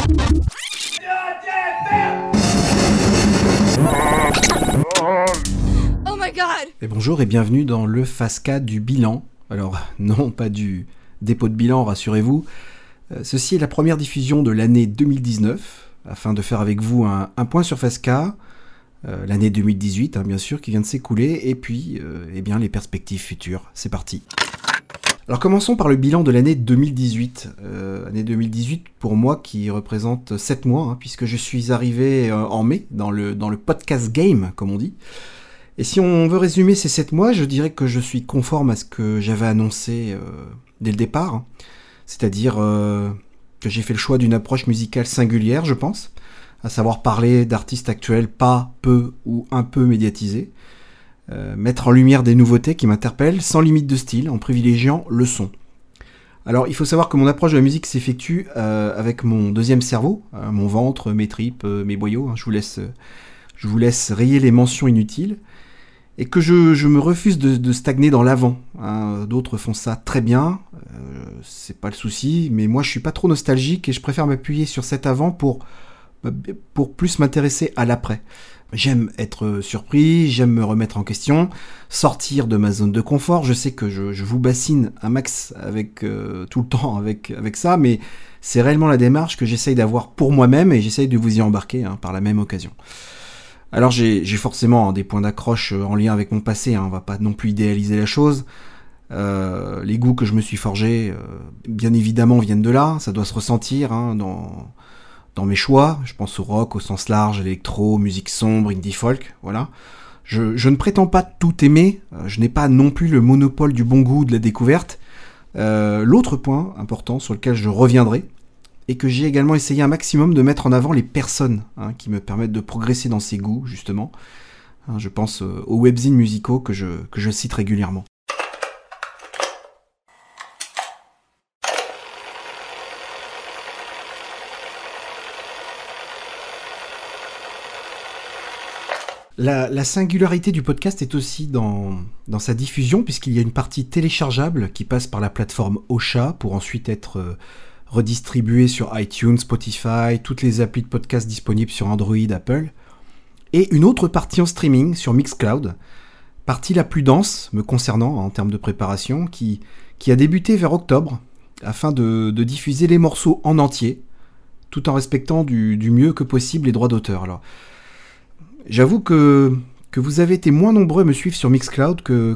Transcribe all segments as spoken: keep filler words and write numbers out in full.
Oh my god! Et bonjour et bienvenue dans le Fasca du bilan. Alors, non, pas du dépôt de bilan, rassurez-vous. Euh, ceci est la première diffusion de l'année deux mille dix-neuf, afin de faire avec vous un, un point sur Fasca, euh, l'année deux mille dix-huit, hein, bien sûr, qui vient de s'écouler, et puis, euh, eh bien, les perspectives futures. C'est parti. Alors, commençons par le bilan de l'année deux mille dix-huit. Euh, année deux mille dix-huit, pour moi, qui représente sept mois, hein, puisque je suis arrivé euh, en mai, dans le, dans le podcast game, comme on dit. Et si on veut résumer ces sept mois, je dirais que je suis conforme à ce que j'avais annoncé euh, dès le départ, hein. C'est-à-dire euh, que j'ai fait le choix d'une approche musicale singulière, je pense, à savoir parler d'artistes actuels pas peu ou un peu médiatisés, euh, mettre en lumière des nouveautés qui m'interpellent sans limite de style, en privilégiant le son. Alors il faut savoir que mon approche de la musique s'effectue euh, avec mon deuxième cerveau, euh, mon ventre, mes tripes, euh, mes boyaux, hein, je vous laisse, euh, je vous laisse rayer les mentions inutiles. Et que je, je me refuse de, de stagner dans l'avant, hein. D'autres font ça très bien, euh, c'est pas le souci, mais moi je suis pas trop nostalgique et je préfère m'appuyer sur cet avant pour, pour plus m'intéresser à l'après. J'aime être surpris, j'aime me remettre en question, sortir de ma zone de confort. Je sais que je, je vous bassine un max avec euh, tout le temps avec, avec ça, mais c'est réellement la démarche que j'essaye d'avoir pour moi-même et j'essaye de vous y embarquer, hein, par la même occasion. Alors j'ai, j'ai forcément hein, des points d'accroche en lien avec mon passé, hein, on va pas non plus idéaliser la chose. Euh, les goûts que je me suis forgés, euh, bien évidemment, viennent de là, ça doit se ressentir hein, dans, dans mes choix. Je pense au rock au sens large, électro, musique sombre, indie folk, voilà. Je, je ne prétends pas tout aimer, euh, je n'ai pas non plus le monopole du bon goût de la découverte. Euh, l'autre point important sur lequel je reviendrai, et que j'ai également essayé un maximum de mettre en avant les personnes hein, qui me permettent de progresser dans ces goûts, justement. Hein, je pense euh, aux webzines musicaux que je, que je cite régulièrement. La, la singularité du podcast est aussi dans, dans sa diffusion, puisqu'il y a une partie téléchargeable qui passe par la plateforme Ocha pour ensuite être euh, redistribué sur iTunes, Spotify, toutes les applis de podcast disponibles sur Android, Apple, et une autre partie en streaming sur Mixcloud, partie la plus dense me concernant en termes de préparation, qui, qui a débuté vers octobre, afin de, de diffuser les morceaux en entier, tout en respectant du, du mieux que possible les droits d'auteur. Alors, j'avoue que, que vous avez été moins nombreux à me suivre sur Mixcloud que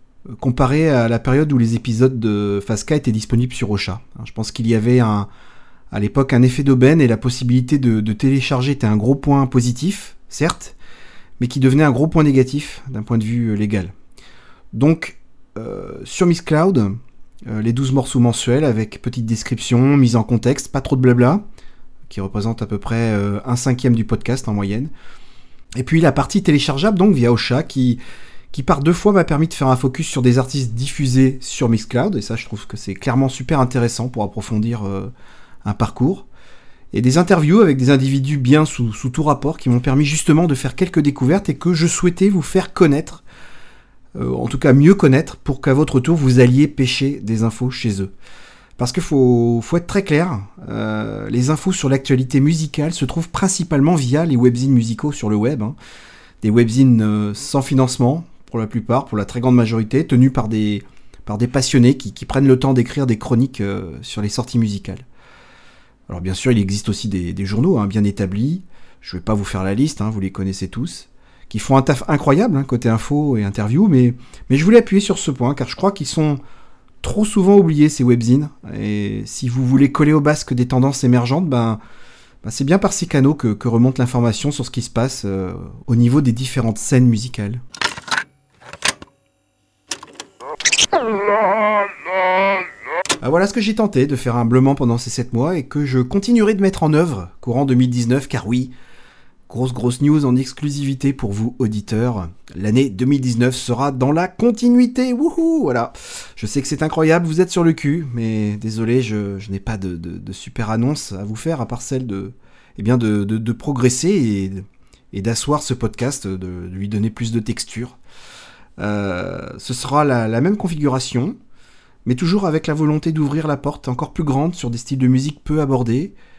comparé à la période où les épisodes de Fasca étaient disponibles sur Ocha. Je pense qu'il y avait un, à l'époque un effet d'aubaine et la possibilité de, de télécharger était un gros point positif, certes, mais qui devenait un gros point négatif d'un point de vue légal. Donc, euh, sur Mixcloud, euh, les douze morceaux mensuels avec petite description, mise en contexte, pas trop de blabla, qui représente à peu près euh, un cinquième du podcast en moyenne. Et puis la partie téléchargeable, donc via Ocha, qui... qui par deux fois m'a permis de faire un focus sur des artistes diffusés sur Mixcloud, et ça je trouve que c'est clairement super intéressant pour approfondir euh, un parcours, et des interviews avec des individus bien sous, sous tout rapport qui m'ont permis justement de faire quelques découvertes et que je souhaitais vous faire connaître, euh, en tout cas mieux connaître, pour qu'à votre tour vous alliez pêcher des infos chez eux. Parce qu'il faut, faut être très clair, euh, les infos sur l'actualité musicale se trouvent principalement via les webzines musicaux sur le web, hein. Des webzines euh, sans financement, pour la plupart, pour la très grande majorité, tenus par des, par des passionnés qui, qui prennent le temps d'écrire des chroniques euh, sur les sorties musicales. Alors bien sûr, il existe aussi des, des journaux hein, bien établis, je ne vais pas vous faire la liste, hein, vous les connaissez tous, qui font un taf incroyable, hein, côté info et interview, mais, mais je voulais appuyer sur ce point, car je crois qu'ils sont trop souvent oubliés, ces webzines, et si vous voulez coller au basque des tendances émergentes, ben... Ben c'est bien par ces canaux que, que remonte l'information sur ce qui se passe euh, au niveau des différentes scènes musicales. Ah, voilà ce que j'ai tenté de faire humblement pendant ces sept mois et que je continuerai de mettre en œuvre courant deux mille dix-neuf, car oui, grosse grosse news en exclusivité pour vous auditeurs, l'année deux mille dix-neuf sera dans la continuité, wouhou, voilà. Je sais que c'est incroyable, vous êtes sur le cul, mais désolé, je, je n'ai pas de, de, de super annonce à vous faire, à part celle de, eh bien de, de, de progresser et, et d'asseoir ce podcast, de, de lui donner plus de texture. Euh, ce sera la, la même configuration, mais toujours avec la volonté d'ouvrir la porte encore plus grande sur des styles de musique peu abordés,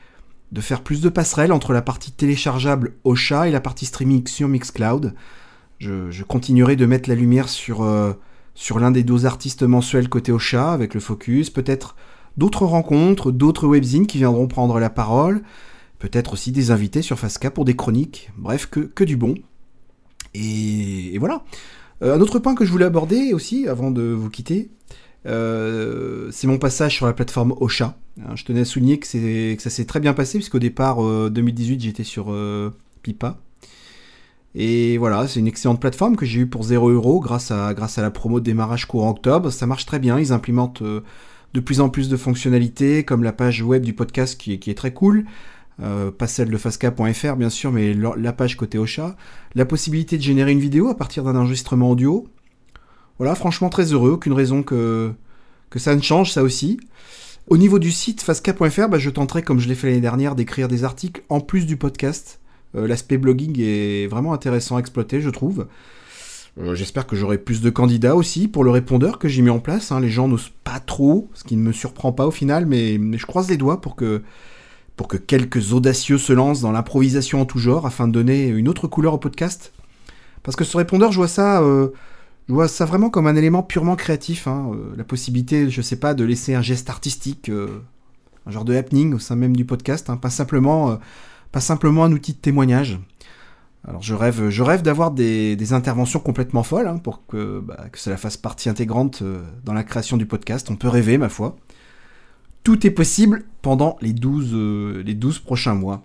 de faire plus de passerelles entre la partie téléchargeable Ocha et la partie streaming sur Mixcloud. Je, je continuerai de mettre la lumière sur, euh, sur l'un des deux artistes mensuels côté Ocha, avec le focus, peut-être d'autres rencontres, d'autres webzines qui viendront prendre la parole, peut-être aussi des invités sur Fasca pour des chroniques, bref, que, que du bon. Et, et voilà. Euh, un autre point que je voulais aborder aussi, avant de vous quitter, euh, c'est mon passage sur la plateforme Ocha. Hein, je tenais à souligner que, c'est, que ça s'est très bien passé, puisqu'au départ, euh, deux mille dix-huit, j'étais sur euh, Pipa. Et voilà, c'est une excellente plateforme que j'ai eue pour zéro euro grâce à, grâce à la promo de démarrage courant octobre. Ça marche très bien, ils implémentent euh, de plus en plus de fonctionnalités, comme la page web du podcast qui est, qui est très cool. Euh, pas celle de fasca point f r bien sûr, mais la page côté Ocha. La possibilité de générer une vidéo à partir d'un enregistrement audio. Voilà, franchement très heureux, aucune raison que, que ça ne change, ça aussi. Au niveau du site fasca point f r, bah, je tenterai, comme je l'ai fait l'année dernière, d'écrire des articles en plus du podcast. Euh, l'aspect blogging est vraiment intéressant à exploiter, je trouve. Euh, j'espère que j'aurai plus de candidats aussi pour le répondeur que j'ai mis en place. Hein. Les gens n'osent pas trop, ce qui ne me surprend pas au final, mais, mais je croise les doigts pour que, pour que quelques audacieux se lancent dans l'improvisation en tout genre afin de donner une autre couleur au podcast. Parce que ce répondeur, je vois ça, euh, je vois ça vraiment comme un élément purement créatif. Hein. Euh, la possibilité, je sais pas, de laisser un geste artistique, euh, un genre de happening au sein même du podcast, hein, pas simplement... Euh, Pas simplement un outil de témoignage. Alors je rêve, je rêve d'avoir des, des interventions complètement folles hein, pour que, bah, que cela fasse partie intégrante euh, dans la création du podcast. On peut rêver, ma foi. Tout est possible pendant les douze, euh, les douze prochains mois.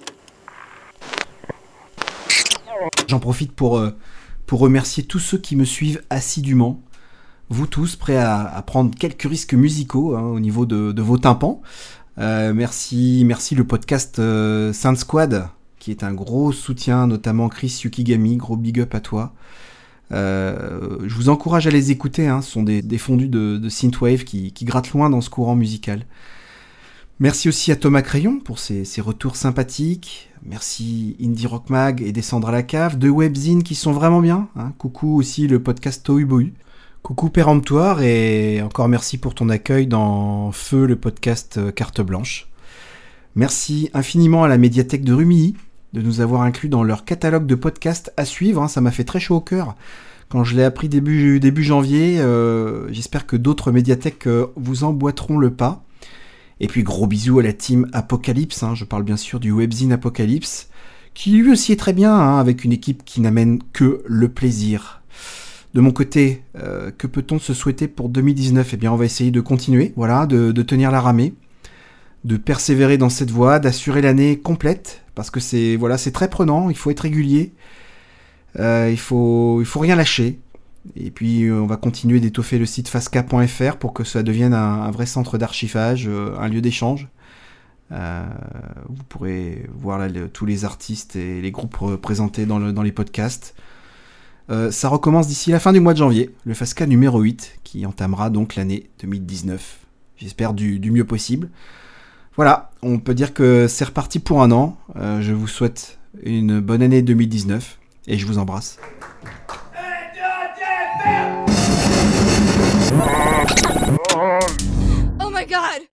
J'en profite pour, euh, pour remercier tous ceux qui me suivent assidûment. Vous tous, prêts à, à prendre quelques risques musicaux hein, au niveau de, de vos tympans. Euh, merci, merci le podcast euh, Sound Squad, qui est un gros soutien, notamment Chris Yukigami, gros big up à toi. Euh, je vous encourage à les écouter, hein, ce sont des, des fondus de, de synthwave qui, qui grattent loin dans ce courant musical. Merci aussi à Thomas Crayon pour ses, ses retours sympathiques. Merci Indie Rock Mag et Descendre à la cave, deux webzines qui sont vraiment bien. Hein. Coucou aussi le podcast Tohu Bohu. Coucou Péremptoire et encore merci pour ton accueil dans Feu, le podcast Carte Blanche. Merci infiniment à la médiathèque de Rumilly de nous avoir inclus dans leur catalogue de podcasts à suivre. Hein, ça m'a fait très chaud au cœur quand je l'ai appris début, début janvier. Euh, j'espère que d'autres médiathèques euh, vous emboîteront le pas. Et puis gros bisous à la team Apocalypse. Hein, je parle bien sûr du webzine Apocalypse qui lui aussi est très bien hein, avec une équipe qui n'amène que le plaisir. De mon côté, euh, que peut-on se souhaiter pour deux mille dix-neuf ? Eh bien, on va essayer de continuer, voilà, de, de tenir la ramée, de persévérer dans cette voie, d'assurer l'année complète, parce que c'est, voilà, c'est très prenant, il faut être régulier, euh, il faut, il faut rien lâcher. Et puis, on va continuer d'étoffer le site fasca point f r pour que ça devienne un, un vrai centre d'archivage, euh, un lieu d'échange. Euh, vous pourrez voir là, le, tous les artistes et les groupes représentés dans, le, dans les podcasts. Euh, ça recommence d'ici la fin du mois de janvier, le Fasca numéro huit, qui entamera donc l'année deux mille dix-neuf. J'espère du, du mieux possible. Voilà, on peut dire que c'est reparti pour un an. Euh, je vous souhaite une bonne année deux mille dix-neuf et je vous embrasse. Oh my god!